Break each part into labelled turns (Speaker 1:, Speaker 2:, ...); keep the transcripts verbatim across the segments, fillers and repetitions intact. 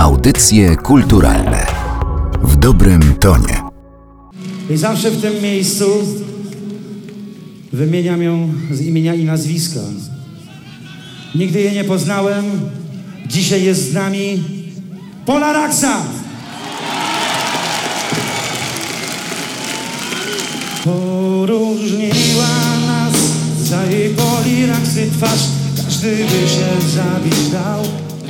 Speaker 1: Audycje kulturalne w dobrym tonie.
Speaker 2: I zawsze w tym miejscu wymieniam ją z imienia i nazwiska. Nigdy jej nie poznałem. Dzisiaj jest z nami Pola Raksa. Poróżniła nas za jej Poli Raksy twarz. Każdy by się zabić dał.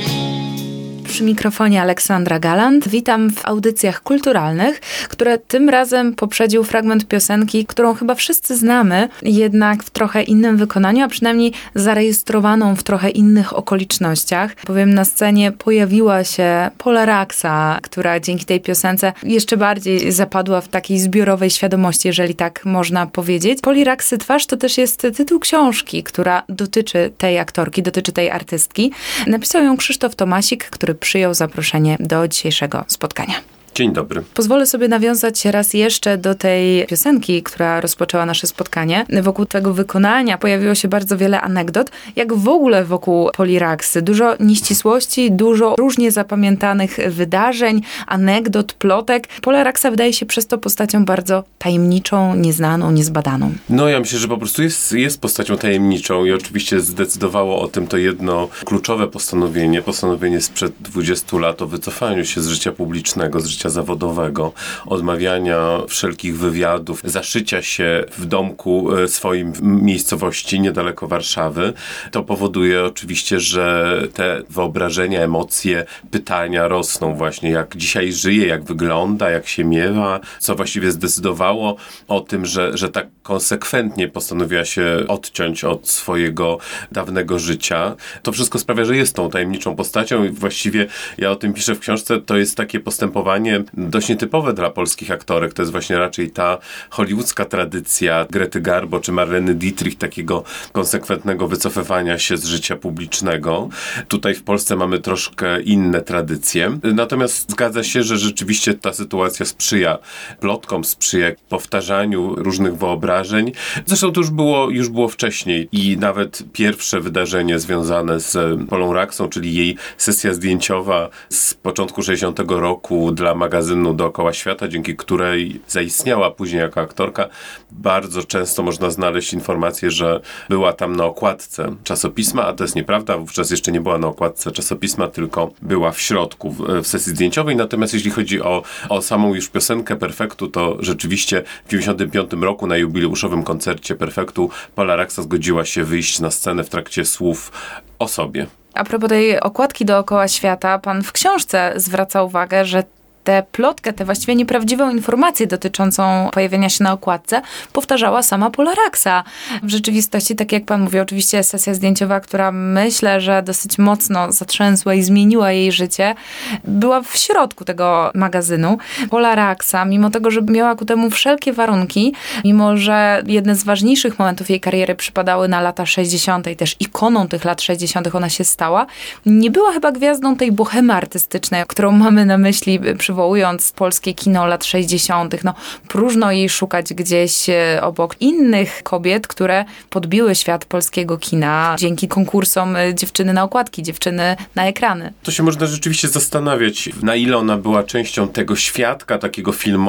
Speaker 3: Przy mikrofonie Aleksandra Galant. Witam w audycjach kulturalnych, które tym razem poprzedził fragment piosenki, którą chyba wszyscy znamy, jednak w trochę innym wykonaniu, a przynajmniej zarejestrowaną w trochę innych okolicznościach. Bowiem na scenie pojawiła się Pola Raksa, która dzięki tej piosence jeszcze bardziej zapadła w takiej zbiorowej świadomości, jeżeli tak można powiedzieć. Poli Raksy twarz to też jest tytuł książki, która dotyczy tej aktorki, dotyczy tej artystki. Napisał ją Krzysztof Tomasik, który przyjął zaproszenie do dzisiejszego spotkania.
Speaker 4: Dzień dobry.
Speaker 3: Pozwolę sobie nawiązać raz jeszcze do tej piosenki, która rozpoczęła nasze spotkanie. Wokół tego wykonania pojawiło się bardzo wiele anegdot, jak w ogóle wokół Poli Raksy. Dużo nieścisłości, dużo różnie zapamiętanych wydarzeń, anegdot, plotek. Pola Raksa wydaje się przez to postacią bardzo tajemniczą, nieznaną, niezbadaną.
Speaker 4: No ja myślę, że po prostu jest, jest postacią tajemniczą i oczywiście zdecydowało o tym to jedno kluczowe postanowienie, postanowienie sprzed dwudziestu lat o wycofaniu się z życia publicznego, z życia zawodowego, odmawiania wszelkich wywiadów, zaszycia się w domku swoim w miejscowości niedaleko Warszawy. To powoduje oczywiście, że te wyobrażenia, emocje, pytania rosną właśnie, jak dzisiaj żyje, jak wygląda, jak się miewa, co właściwie zdecydowało o tym, że, że tak konsekwentnie postanowiła się odciąć od swojego dawnego życia. To wszystko sprawia, że jest tą tajemniczą postacią i właściwie ja o tym piszę w książce, to jest takie postępowanie dość nietypowe dla polskich aktorek. To jest właśnie raczej ta hollywoodzka tradycja Grety Garbo czy Marleny Dietrich, takiego konsekwentnego wycofywania się z życia publicznego. Tutaj w Polsce mamy troszkę inne tradycje. Natomiast zgadza się, że rzeczywiście ta sytuacja sprzyja plotkom, sprzyja powtarzaniu różnych wyobrażeń. Zresztą to już było, już było wcześniej i nawet pierwsze wydarzenie związane z Polą Raksą, czyli jej sesja zdjęciowa z początku sześćdziesiątego roku dla magazynu Dookoła Świata, dzięki której zaistniała później jako aktorka. Bardzo często można znaleźć informację, że była tam na okładce czasopisma, a to jest nieprawda. Wówczas jeszcze nie była na okładce czasopisma, tylko była w środku, w, w sesji zdjęciowej. Natomiast jeśli chodzi o, o samą już piosenkę Perfektu, to rzeczywiście w dziewięćdziesiątym piątym roku na jubileuszowym koncercie Perfektu Pola Raksa zgodziła się wyjść na scenę w trakcie słów o sobie.
Speaker 3: A propos tej okładki Dookoła Świata, pan w książce zwraca uwagę, że tę plotkę, tę właściwie nieprawdziwą informację dotyczącą pojawienia się na okładce powtarzała sama Pola Raksa. W rzeczywistości, tak jak pan mówi, oczywiście sesja zdjęciowa, która myślę, że dosyć mocno zatrzęsła i zmieniła jej życie, była w środku tego magazynu. Pola Raksa, mimo tego, że miała ku temu wszelkie warunki, mimo że jedne z ważniejszych momentów jej kariery przypadały na lata sześćdziesiąte i też ikoną tych lat sześćdziesiątych ona się stała, nie była chyba gwiazdą tej bohemy artystycznej, którą mamy na myśli przy przywołując polskie kino lat sześćdziesiątych. No, próżno jej szukać gdzieś obok innych kobiet, które podbiły świat polskiego kina dzięki konkursom Dziewczyny na okładki, Dziewczyny na ekrany.
Speaker 4: To się można rzeczywiście zastanawiać, na ile ona była częścią tego świadka takiego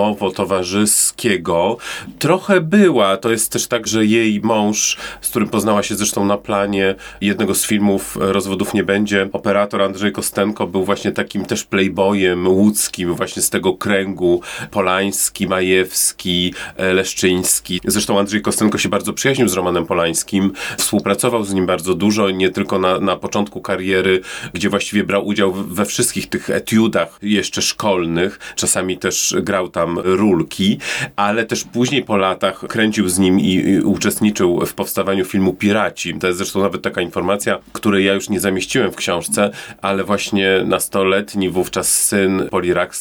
Speaker 4: filmowo-towarzyskiego. Trochę była. To jest też tak, że jej mąż, z którym poznała się zresztą na planie jednego z filmów Rozwodów nie będzie, operator Andrzej Kostenko, był właśnie takim też playboyem łódzkim, właśnie z tego kręgu Polański, Majewski, Leszczyński. Zresztą Andrzej Kostenko się bardzo przyjaźnił z Romanem Polańskim, współpracował z nim bardzo dużo, nie tylko na, na początku kariery, gdzie właściwie brał udział we wszystkich tych etiudach jeszcze szkolnych, czasami też grał tam rólki, ale też później po latach kręcił z nim i, i uczestniczył w powstawaniu filmu Piraci. To jest zresztą nawet taka informacja, której ja już nie zamieściłem w książce, ale właśnie nastoletni wówczas syn Poli Raksy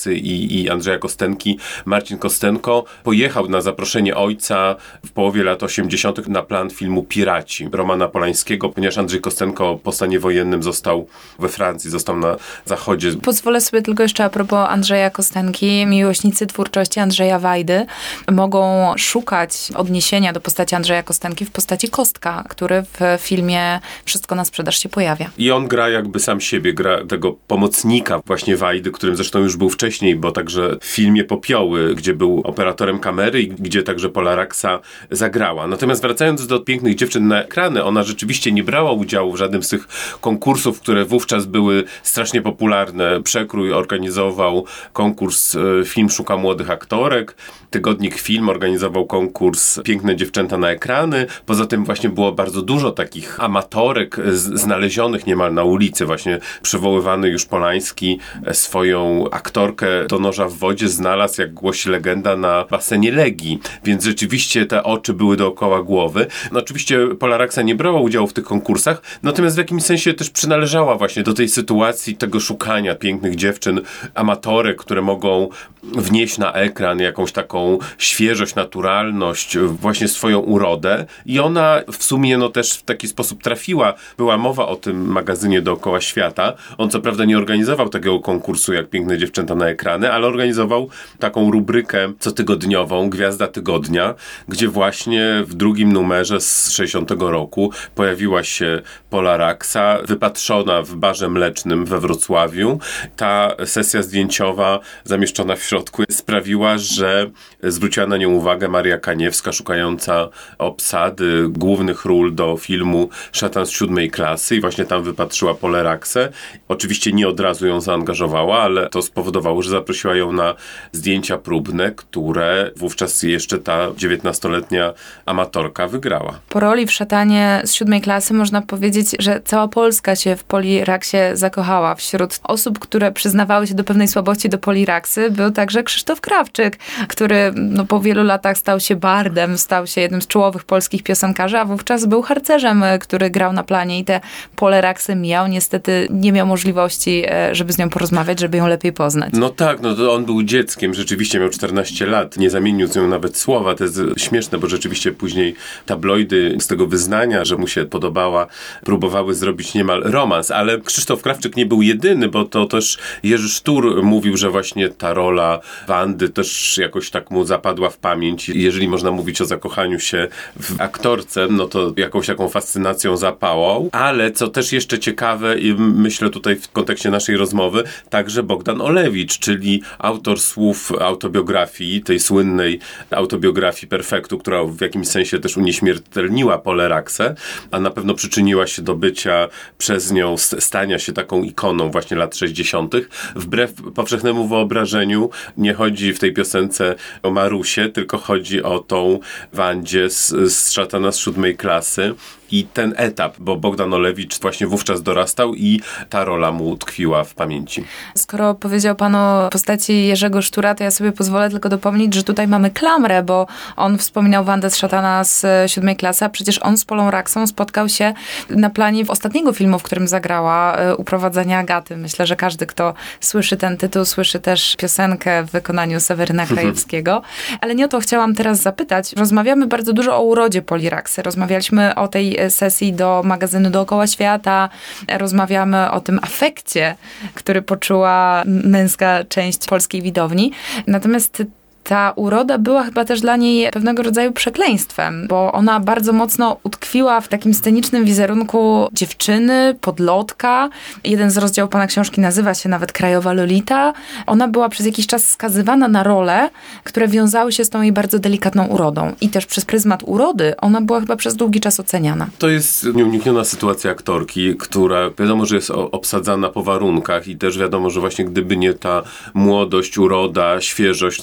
Speaker 4: Raksy i, i Andrzeja Kostenki, Marcin Kostenko pojechał na zaproszenie ojca w połowie lat osiemdziesiątych na plan filmu Piraci Romana Polańskiego, ponieważ Andrzej Kostenko po stanie wojennym został we Francji, został na zachodzie.
Speaker 3: Pozwolę sobie tylko jeszcze a propos Andrzeja Kostenki. Miłośnicy twórczości Andrzeja Wajdy mogą szukać odniesienia do postaci Andrzeja Kostenki w postaci Kostka, który w filmie Wszystko na sprzedaż się pojawia.
Speaker 4: I on gra jakby sam siebie, gra tego pomocnika właśnie Wajdy, którym zresztą już był wcześniej, bo także w filmie Popioły, gdzie był operatorem kamery i gdzie także Pola Raksa zagrała. Natomiast wracając do Pięknych dziewczyn na ekrany, ona rzeczywiście nie brała udziału w żadnym z tych konkursów, które wówczas były strasznie popularne. Przekrój organizował konkurs Film szuka młodych aktorek, Tygodnik Film organizował konkurs Piękne dziewczęta na ekrany. Poza tym właśnie było bardzo dużo takich amatorek z- znalezionych niemal na ulicy. Właśnie przywoływany już Polański swoją aktorkę do noża w wodzie znalazł, jak głosi legenda, na basenie Legii. Więc rzeczywiście te oczy były dookoła głowy. No oczywiście Pola Raksa nie brała udziału w tych konkursach, natomiast w jakimś sensie też przynależała właśnie do tej sytuacji tego szukania pięknych dziewczyn, amatorek, które mogą wnieść na ekran jakąś taką świeżość, naturalność, właśnie swoją urodę. I ona w sumie no też w taki sposób trafiła. Była mowa o tym magazynie Dookoła Świata. On co prawda nie organizował takiego konkursu jak Piękne dziewczęta na ekrany, ale organizował taką rubrykę cotygodniową, Gwiazda Tygodnia, gdzie właśnie w drugim numerze z sześćdziesiątego roku pojawiła się Pola Raksa, wypatrzona w barze mlecznym we Wrocławiu. Ta sesja zdjęciowa zamieszczona w środku sprawiła, że zwróciła na nią uwagę Maria Kaniewska, szukająca obsady głównych ról do filmu Szatan z siódmej klasy i właśnie tam wypatrzyła Polę Raksę. Oczywiście nie od razu ją zaangażowała, ale to spowodowało, że zaprosiła ją na zdjęcia próbne, które wówczas jeszcze ta dziewiętnastoletnia amatorka wygrała.
Speaker 3: Po roli w Szatanie z siódmej klasy można powiedzieć, że cała Polska się w Poli Raksie zakochała. Wśród osób, które przyznawały się do pewnej słabości do Poli Raksy, był także Krzysztof Krawczyk, który no, po wielu latach stał się bardem, stał się jednym z czołowych polskich piosenkarzy, a wówczas był harcerzem, który grał na planie i tę Polę Raksę mijał. Niestety nie miał możliwości, żeby z nią porozmawiać, żeby ją lepiej poznać.
Speaker 4: No tak, no to on był dzieckiem, rzeczywiście miał czternaście lat, nie zamienił z nią nawet słowa. To jest śmieszne, bo rzeczywiście później tabloidy z tego wyznania, że mu się podobała, próbowały zrobić niemal romans, ale Krzysztof Krawczyk nie był jedyny, bo to też Jerzy Sztur mówił, że właśnie ta rola Wandy też jakoś tak mu zapadła w pamięć. Jeżeli można mówić o zakochaniu się w aktorce, no to jakąś taką fascynacją zapałał, ale co też jeszcze ciekawe i myślę tutaj w kontekście naszej rozmowy, także Bogdan Olewicz, czyli autor słów autobiografii, tej słynnej autobiografii Perfektu, która w jakimś sensie też unieśmiertelniła Polę Raksę, a na pewno przyczyniła się do bycia przez nią, stania się taką ikoną właśnie lat sześćdziesiątych. Wbrew powszechnemu wyobrażeniu nie chodzi w tej piosence o Marusię, tylko chodzi o tą Wandzie z, z Szatana z siódmej klasy. I ten etap, bo Bogdan Olewicz właśnie wówczas dorastał i ta rola mu utkwiła w pamięci.
Speaker 3: Skoro powiedział pan o postaci Jerzego Sztura, to ja sobie pozwolę tylko dopomnieć, że tutaj mamy klamrę, bo on wspominał Wandę z Szatana z siódmej klasy, a przecież on z Polą Raksą spotkał się na planie ostatniego filmu, w którym zagrała, Uprowadzenie Agaty. Myślę, że każdy, kto słyszy ten tytuł, słyszy też piosenkę w wykonaniu Seweryna Krajewskiego. Ale nie o to chciałam teraz zapytać. Rozmawiamy bardzo dużo o urodzie Poli Raksy. Rozmawialiśmy o tej sesji do magazynu Dookoła Świata. Rozmawiamy o tym afekcie, który poczuła męska część polskiej widowni. Natomiast ta uroda była chyba też dla niej pewnego rodzaju przekleństwem, bo ona bardzo mocno utkwiła w takim scenicznym wizerunku dziewczyny, podlotka. Jeden z rozdziałów pana książki nazywa się nawet Krajowa Lolita. Ona była przez jakiś czas skazywana na role, które wiązały się z tą jej bardzo delikatną urodą. I też przez pryzmat urody ona była chyba przez długi czas oceniana.
Speaker 4: To jest nieunikniona sytuacja aktorki, która wiadomo, że jest obsadzana po warunkach i też wiadomo, że właśnie gdyby nie ta młodość, uroda, świeżość, no to po prostu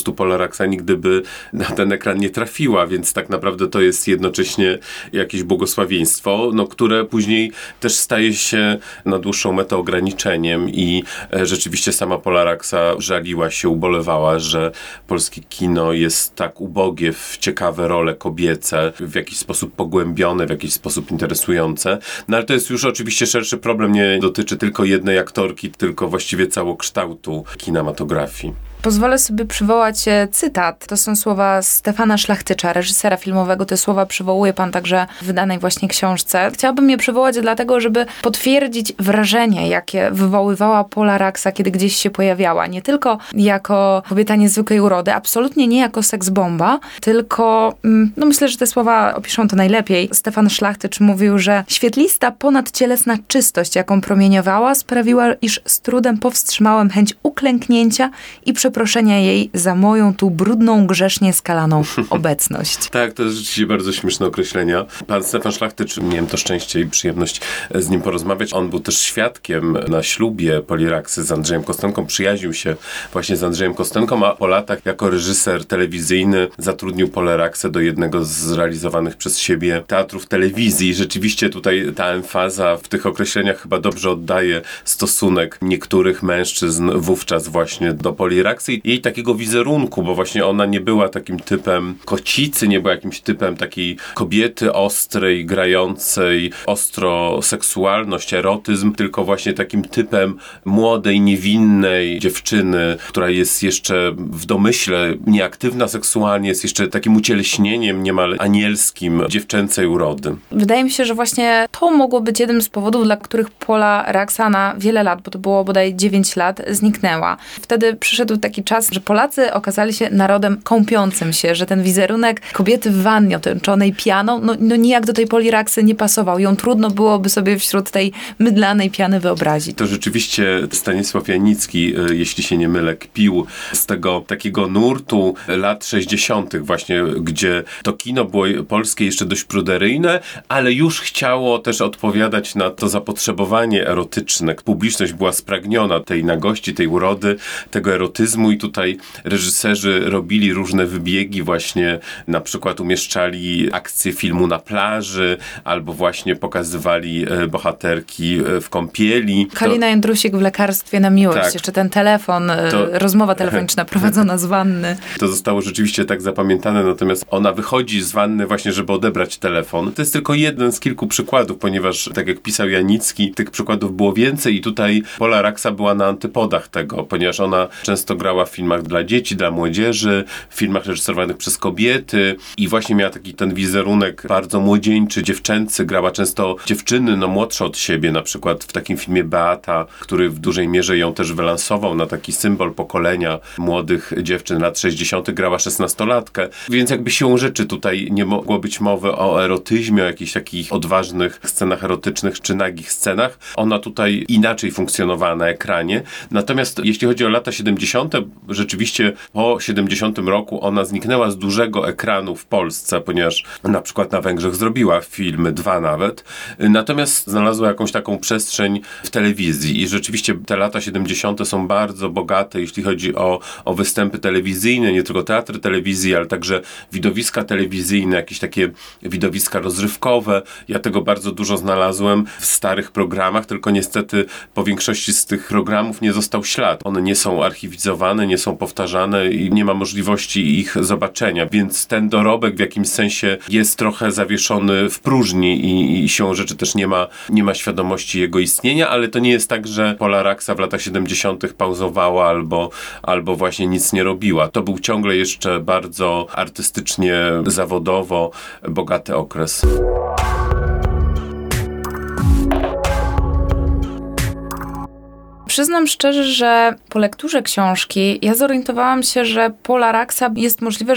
Speaker 4: prostu Polaraxa nigdy by na ten ekran nie trafiła, więc tak naprawdę to jest jednocześnie jakieś błogosławieństwo, no, które później też staje się na dłuższą metę ograniczeniem i e, rzeczywiście sama Polaraxa żaliła się, ubolewała, że polskie kino jest tak ubogie w ciekawe role kobiece, w jakiś sposób pogłębione, w jakiś sposób interesujące. No ale to jest już oczywiście szerszy problem, nie dotyczy tylko jednej aktorki, tylko właściwie całokształtu kinematografii.
Speaker 3: Pozwolę sobie przywołać e, cytat. To są słowa Stefana Szlachtycza, reżysera filmowego. Te słowa przywołuje pan także w wydanej właśnie książce. Chciałabym je przywołać dlatego, żeby potwierdzić wrażenie, jakie wywoływała Polaraxa, kiedy gdzieś się pojawiała. Nie tylko jako kobieta niezwykłej urody, absolutnie nie jako seksbomba, tylko, no myślę, że te słowa opiszą to najlepiej. Stefan Szlachtycz mówił, że świetlista, ponadcielesna czystość, jaką promieniowała, sprawiła, iż z trudem powstrzymałem chęć uklęknięcia i przeproszenia jej za moją tu brudną, grzecznie skalaną obecność.
Speaker 4: Tak, to jest rzeczywiście bardzo śmieszne określenia. Pan Stefan Szlachtycz, miałem to szczęście i przyjemność z nim porozmawiać. On był też świadkiem na ślubie Poliraxy z Andrzejem Kostenką. Przyjaźnił się właśnie z Andrzejem Kostenką, a po latach jako reżyser telewizyjny zatrudnił Poliraxę do jednego z realizowanych przez siebie teatrów telewizji. Rzeczywiście tutaj ta emfaza w tych określeniach chyba dobrze oddaje stosunek niektórych mężczyzn wówczas właśnie do Poliraxy i takiego wizerunku, bo właśnie ona nie była takim typem kocicy, nie była jakimś typem takiej kobiety ostrej, grającej ostro seksualność, erotyzm, tylko właśnie takim typem młodej, niewinnej dziewczyny, która jest jeszcze w domyśle nieaktywna seksualnie, jest jeszcze takim ucieleśnieniem niemal anielskim dziewczęcej urody.
Speaker 3: Wydaje mi się, że właśnie to mogło być jednym z powodów, dla których Polaraxa na wiele lat, bo to było bodaj dziewięć lat, zniknęła. Wtedy przyszedł taki czas, że Polacy okazali się narodem kąpiącym się, że ten wizerunek kobiety w wannie otoczonej pianą, no, no nijak do tej Poliraxy nie pasował. Ją trudno byłoby sobie wśród tej mydlanej piany wyobrazić.
Speaker 4: To rzeczywiście Stanisław Janicki, jeśli się nie mylę, kpił z tego takiego nurtu lat sześćdziesiątych właśnie, gdzie to kino było polskie jeszcze dość pruderyjne, ale już chciało też odpowiadać na to zapotrzebowanie erotyczne. Publiczność była spragniona tej nagości, tej urody, tego erotyzmu i tutaj reżyserzy robili różne wybiegi, właśnie na przykład umieszczali akcje filmu na plaży, albo właśnie pokazywali bohaterki w kąpieli.
Speaker 3: Kalina
Speaker 4: to...
Speaker 3: Jędrusik w Lekarstwie na miłość.
Speaker 4: Tak.
Speaker 3: Jeszcze ten telefon, to... rozmowa telefoniczna prowadzona z wanny.
Speaker 4: To zostało rzeczywiście tak zapamiętane, natomiast ona wychodzi z wanny właśnie, żeby odebrać telefon. To jest tylko jeden z kilku przykładów, ponieważ tak jak pisał Janicki, tych przykładów było więcej i tutaj Polaraxa była na antypodach tego, ponieważ ona często grała w filmach dla dzieci, dla młodzieży, w filmach reżyserowanych przez kobiety i właśnie miała taki ten wizerunek bardzo młodzieńczy, dziewczęcy, grała często dziewczyny, no młodsze od siebie, na przykład w takim filmie Beata, który w dużej mierze ją też wylansował na taki symbol pokolenia młodych dziewczyn lat sześćdziesiątych, grała szesnastolatkę, więc jakby siłą rzeczy tutaj nie mogło być mowy o erotyzmie, o jakichś takich odważnych scenach erotycznych czy nagich scenach. Ona tutaj inaczej funkcjonowała na ekranie. Natomiast jeśli chodzi o lata siedemdziesiąte, rzeczywiście po siedemdziesiątym roku ona zniknęła z dużego ekranu w Polsce, ponieważ na przykład na Węgrzech zrobiła filmy, dwa nawet. Natomiast znalazła jakąś taką przestrzeń w telewizji i rzeczywiście te lata siedemdziesiąte są bardzo bogate, jeśli chodzi o, o występy telewizyjne, nie tylko teatry telewizji, ale także widowiska telewizyjne, jakieś takie widowiska rozrywkowe. Ja tego bardzo dużo znalazłem w starych programach, tylko niestety po większości z tych programów nie został ślad. One nie są archiwizowane, nie są powtarzane i nie ma możliwości ich zobaczenia, więc ten dorobek w jakimś sensie jest trochę zawieszony w próżni i, i siłą rzeczy też nie ma, nie ma świadomości jego istnienia, ale to nie jest tak, że Polaraxa w latach siedemdziesiątych pauzowała albo, albo właśnie nic nie robiła. To był ciągle jeszcze bardzo artystycznie, zawodowo bogaty okres.
Speaker 3: Przyznam szczerze, że po lekturze książki ja zorientowałam się, że Polaraxa jest możliwe, że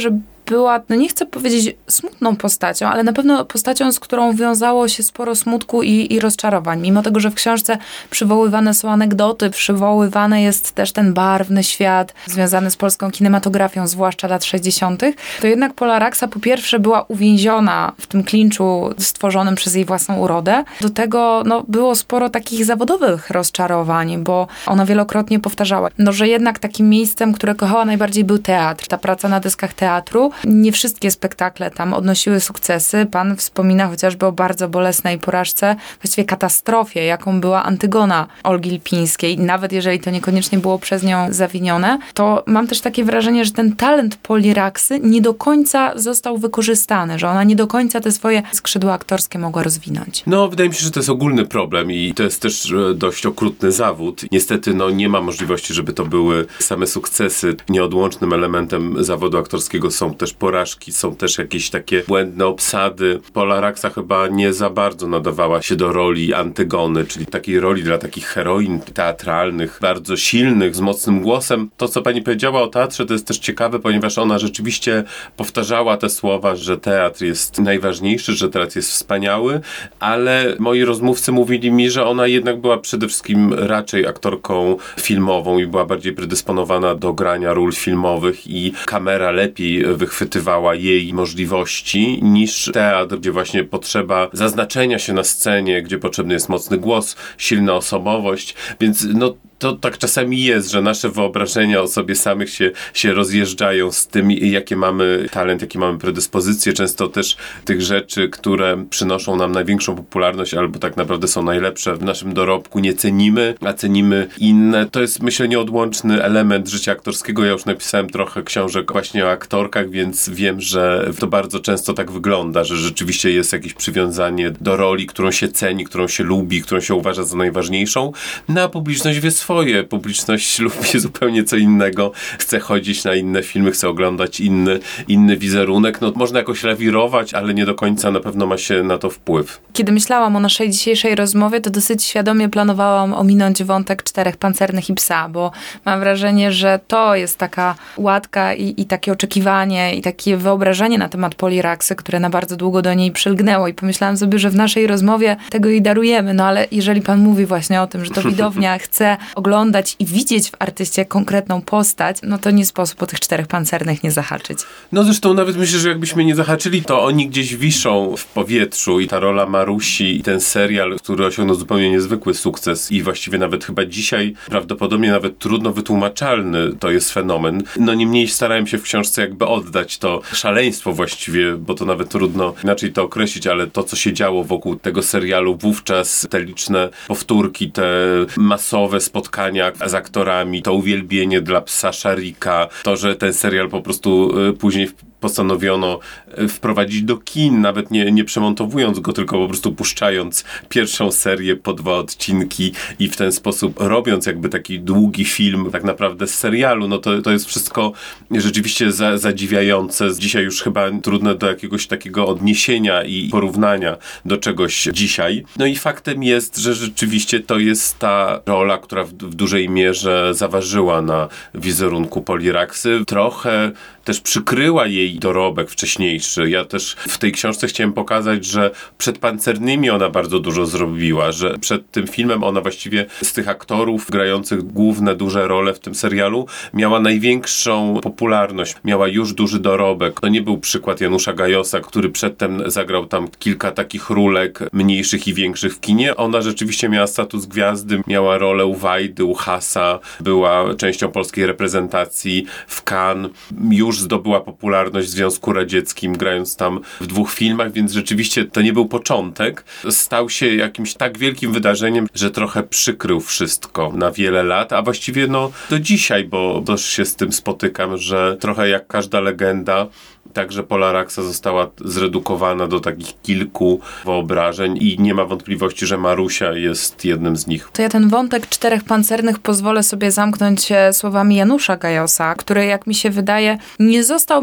Speaker 3: była, no nie chcę powiedzieć smutną postacią, ale na pewno postacią, z którą wiązało się sporo smutku i, i rozczarowań. Mimo tego, że w książce przywoływane są anegdoty, przywoływany jest też ten barwny świat związany z polską kinematografią, zwłaszcza lat sześćdziesiątych, to jednak Pola Raksa po pierwsze była uwięziona w tym klinczu stworzonym przez jej własną urodę. Do tego no, było sporo takich zawodowych rozczarowań, bo ona wielokrotnie powtarzała, no, że jednak takim miejscem, które kochała najbardziej, był teatr. Ta praca na deskach teatru. Nie wszystkie spektakle tam odnosiły sukcesy. Pan wspomina chociażby o bardzo bolesnej porażce, właściwie katastrofie, jaką była Antygona Olgi Lipińskiej. Nawet jeżeli to niekoniecznie było przez nią zawinione, to mam też takie wrażenie, że ten talent Poli Raksy nie do końca został wykorzystany, że ona nie do końca te swoje skrzydła aktorskie mogła rozwinąć.
Speaker 4: No, wydaje mi się, że to jest ogólny problem i to jest też dość okrutny zawód. Niestety, no, nie ma możliwości, żeby to były same sukcesy. Nieodłącznym elementem zawodu aktorskiego są też porażki, są też jakieś takie błędne obsady. Pola Raksa chyba nie za bardzo nadawała się do roli Antygony, czyli takiej roli dla takich heroin teatralnych, bardzo silnych, z mocnym głosem. To, co pani powiedziała o teatrze, to jest też ciekawe, ponieważ ona rzeczywiście powtarzała te słowa, że teatr jest najważniejszy, że teatr jest wspaniały, ale moi rozmówcy mówili mi, że ona jednak była przede wszystkim raczej aktorką filmową i była bardziej predysponowana do grania ról filmowych i kamera lepiej wychwytywała jej możliwości niż teatr, gdzie właśnie potrzeba zaznaczenia się na scenie, gdzie potrzebny jest mocny głos, silna osobowość, więc no to tak czasami jest, że nasze wyobrażenia o sobie samych się, się rozjeżdżają z tym, jakie mamy talent, jakie mamy predyspozycje. Często też tych rzeczy, które przynoszą nam największą popularność albo tak naprawdę są najlepsze w naszym dorobku, nie cenimy, a cenimy inne. To jest, myślę, nieodłączny element życia aktorskiego. Ja już napisałem trochę książek właśnie o aktorkach, więc wiem, że to bardzo często tak wygląda, że rzeczywiście jest jakieś przywiązanie do roli, którą się ceni, którą się lubi, którą się uważa za najważniejszą. No a publiczność wie swoje. Publiczność lubi zupełnie co innego. Chce chodzić na inne filmy, chce oglądać inny, inny wizerunek. No, można jakoś lawirować, ale nie do końca na pewno ma się na to wpływ.
Speaker 3: Kiedy myślałam o naszej dzisiejszej rozmowie, to dosyć świadomie planowałam ominąć wątek Czterech Pancernych i Psa, bo mam wrażenie, że to jest taka łatka i, i takie oczekiwanie i takie wyobrażenie na temat Poli Raksy, które na bardzo długo do niej przylgnęło i pomyślałam sobie, że w naszej rozmowie tego jej darujemy. No ale jeżeli pan mówi właśnie o tym, że to widownia chce oglądać i widzieć w artyście konkretną postać, no to nie sposób o tych Czterech Pancernych nie zahaczyć.
Speaker 4: No zresztą nawet myślę, że jakbyśmy nie zahaczyli, to oni gdzieś wiszą w powietrzu i ta rola Marusi i ten serial, który osiągnął zupełnie niezwykły sukces i właściwie nawet chyba dzisiaj prawdopodobnie nawet trudno wytłumaczalny to jest fenomen. No niemniej starałem się w książce jakby oddać to szaleństwo właściwie, bo to nawet trudno inaczej to określić, ale to, co się działo wokół tego serialu wówczas, te liczne powtórki, te masowe spotkania z aktorami, to uwielbienie dla psa Szarika, to, że ten serial po prostu y, później postanowiono wprowadzić do kin, nawet nie, nie przemontowując go, tylko po prostu puszczając pierwszą serię po dwa odcinki i w ten sposób robiąc jakby taki długi film tak naprawdę z serialu, no to, to jest wszystko rzeczywiście za, zadziwiające. Dzisiaj już chyba trudne do jakiegoś takiego odniesienia i porównania do czegoś dzisiaj. No i faktem jest, że rzeczywiście to jest ta rola, która w, w dużej mierze zaważyła na wizerunku Poli Raksy. Trochę też przykryła jej dorobek wcześniejszy. Ja też w tej książce chciałem pokazać, że przed Pancernymi ona bardzo dużo zrobiła, że przed tym filmem ona właściwie z tych aktorów grających główne, duże role w tym serialu miała największą popularność, miała już duży dorobek. To nie był przykład Janusza Gajosa, który przedtem zagrał tam kilka takich rólek mniejszych i większych w kinie. Ona rzeczywiście miała status gwiazdy, miała rolę u Wajdy, u Hasa, była częścią polskiej reprezentacji w Cannes, już zdobyła popularność w Związku Radzieckim, grając tam w dwóch filmach, więc rzeczywiście to nie był początek. Stał się jakimś tak wielkim wydarzeniem, że trochę przykrył wszystko na wiele lat, a właściwie no do dzisiaj, bo też się z tym spotykam, że trochę jak każda legenda, także Pola Raksa została zredukowana do takich kilku wyobrażeń i nie ma wątpliwości, że Marusia jest jednym z nich.
Speaker 3: To ja ten wątek Czterech Pancernych pozwolę sobie zamknąć słowami Janusza Gajosa, który, jak mi się wydaje, nie został mimo wszystko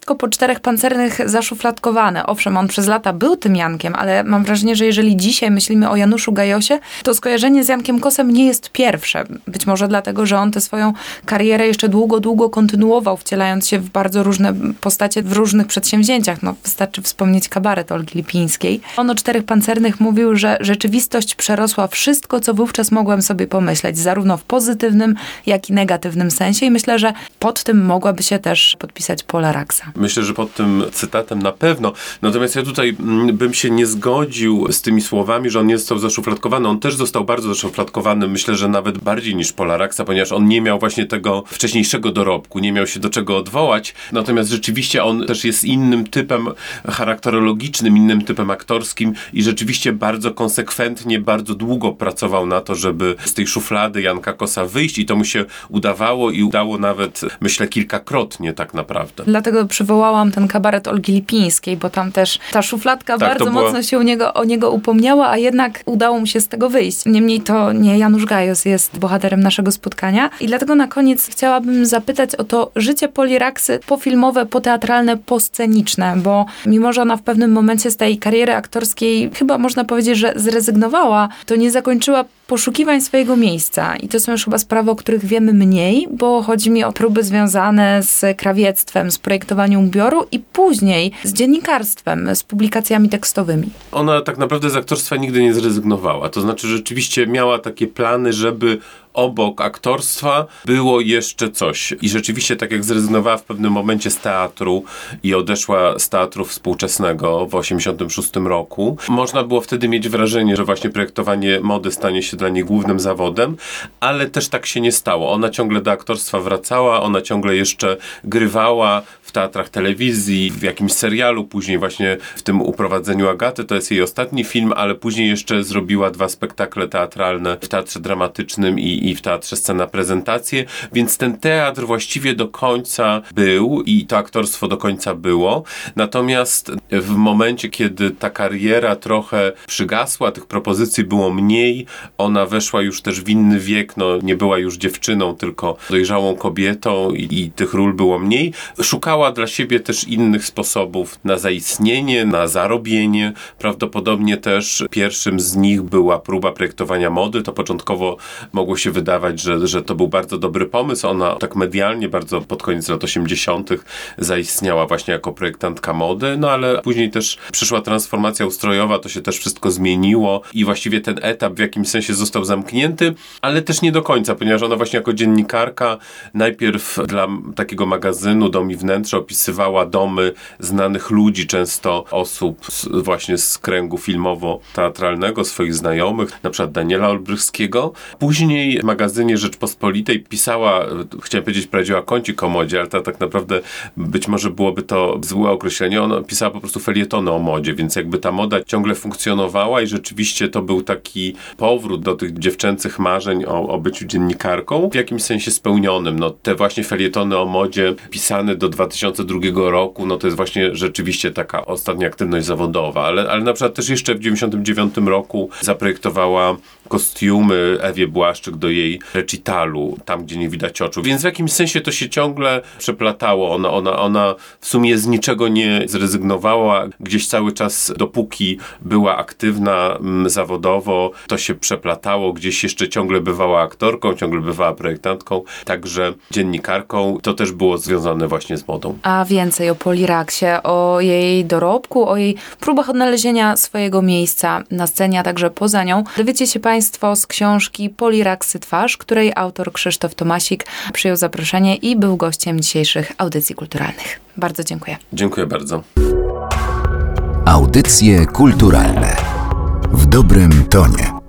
Speaker 3: wszystko po Czterech Pancernych zaszufladkowane. Owszem, on przez lata był tym Jankiem, ale mam wrażenie, że jeżeli dzisiaj myślimy o Januszu Gajosie, to skojarzenie z Jankiem Kosem nie jest pierwsze. Być może dlatego, że on tę swoją karierę jeszcze długo, długo kontynuował, wcielając się w bardzo różne postacie w różnych przedsięwzięciach. No, wystarczy wspomnieć kabaret Olgi Lipińskiej. On o Czterech Pancernych mówił, że rzeczywistość przerosła wszystko, co wówczas mogłem sobie pomyśleć, zarówno w pozytywnym, jak i negatywnym sensie. I myślę, że pod tym mogłaby się też podpisać Pola Raksa.
Speaker 4: Myślę, że pod tym cytatem na pewno. Natomiast ja tutaj mm, bym się nie zgodził z tymi słowami, że on nie został zaszufladkowany. On też został bardzo zaszufladkowany, myślę, że nawet bardziej niż Pola Raksa, ponieważ on nie miał właśnie tego wcześniejszego dorobku, nie miał się do czego odwołać. Natomiast rzeczywiście on też jest innym typem charakterologicznym, innym typem aktorskim i rzeczywiście bardzo konsekwentnie, bardzo długo pracował na to, żeby z tej szuflady Janka Kosa wyjść i to mu się udawało i udało nawet, myślę, kilkakrotnie tak naprawdę.
Speaker 3: Dlatego przywołałam ten kabaret Olgi Lipińskiej, bo tam też ta szufladka
Speaker 4: tak,
Speaker 3: bardzo
Speaker 4: była...
Speaker 3: mocno się u niego, o niego upomniała, a jednak udało mu się z tego wyjść. Niemniej to nie Janusz Gajos jest bohaterem naszego spotkania i dlatego na koniec chciałabym zapytać o to życie Poli Raksy pofilmowe, poteatralne, posceniczne, bo mimo, że ona w pewnym momencie z tej kariery aktorskiej chyba można powiedzieć, że zrezygnowała, to nie zakończyła poszukiwań swojego miejsca. I to są już chyba sprawy, o których wiemy mniej, bo chodzi mi o próby związane z krawiectwem, z projektowaniem ubioru i później z dziennikarstwem, z publikacjami tekstowymi.
Speaker 4: Ona tak naprawdę z aktorstwa nigdy nie zrezygnowała. To znaczy rzeczywiście miała takie plany, żeby obok aktorstwa było jeszcze coś. I rzeczywiście tak jak zrezygnowała w pewnym momencie z teatru i odeszła z teatru współczesnego w osiemdziesiątym szóstym roku, można było wtedy mieć wrażenie, że właśnie projektowanie mody stanie się dla niej głównym zawodem, ale też tak się nie stało. Ona ciągle do aktorstwa wracała, ona ciągle jeszcze grywała w teatrach telewizji, w jakimś serialu, później właśnie w tym Uprowadzeniu Agaty, to jest jej ostatni film, ale później jeszcze zrobiła dwa spektakle teatralne w Teatrze Dramatycznym i, i w Teatrze Scena Prezentacje, więc ten teatr właściwie do końca był i to aktorstwo do końca było. Natomiast w momencie, kiedy ta kariera trochę przygasła, tych propozycji było mniej, ona weszła już też w inny wiek, no nie była już dziewczyną, tylko dojrzałą kobietą i, i tych ról było mniej. Szukała dla siebie też innych sposobów na zaistnienie, na zarobienie. Prawdopodobnie też pierwszym z nich była próba projektowania mody. To początkowo mogło się wydawać, że, że to był bardzo dobry pomysł. Ona tak medialnie bardzo pod koniec lat osiemdziesiątych zaistniała właśnie jako projektantka mody, no ale później też przyszła transformacja ustrojowa, to się też wszystko zmieniło i właściwie ten etap w jakimś sensie został zamknięty, ale też nie do końca, ponieważ ona właśnie jako dziennikarka najpierw dla takiego magazynu Dom i Wnętrze opisywała domy znanych ludzi, często osób z, właśnie z kręgu filmowo-teatralnego, swoich znajomych, na przykład Daniela Olbrychskiego. Później w magazynie Rzeczpospolitej pisała, chciałem powiedzieć, prowadziła kącik o modzie, ale to tak naprawdę być może byłoby to złe określenie. Ona pisała po prostu felietony o modzie, więc jakby ta moda ciągle funkcjonowała i rzeczywiście to był taki powrót do tych dziewczęcych marzeń o, o byciu dziennikarką, w jakimś sensie spełnionym. No, te właśnie felietony o modzie pisane do dwa tysiące drugiego roku, no to jest właśnie rzeczywiście taka ostatnia aktywność zawodowa, ale, ale na przykład też jeszcze w dziewięćdziesiątym dziewiątym roku zaprojektowała kostiumy Ewie Błaszczyk do jej recitalu, tam gdzie nie widać oczu. Więc w jakimś sensie to się ciągle przeplatało. Ona, ona, ona w sumie z niczego nie zrezygnowała. Gdzieś cały czas, dopóki była aktywna m, zawodowo, to się przeplatało. Gdzieś jeszcze ciągle bywała aktorką, ciągle bywała projektantką, także dziennikarką. To też było związane właśnie z modą.
Speaker 3: A więcej o Poli Raksie, o jej dorobku, o jej próbach odnalezienia swojego miejsca na scenie, a także poza nią, dowiecie się Państwo z książki Poli Raksy Twarz, której autor Krzysztof Tomasik przyjął zaproszenie i był gościem dzisiejszych audycji kulturalnych. Bardzo dziękuję.
Speaker 4: Dziękuję bardzo.
Speaker 1: Audycje kulturalne w dobrym tonie.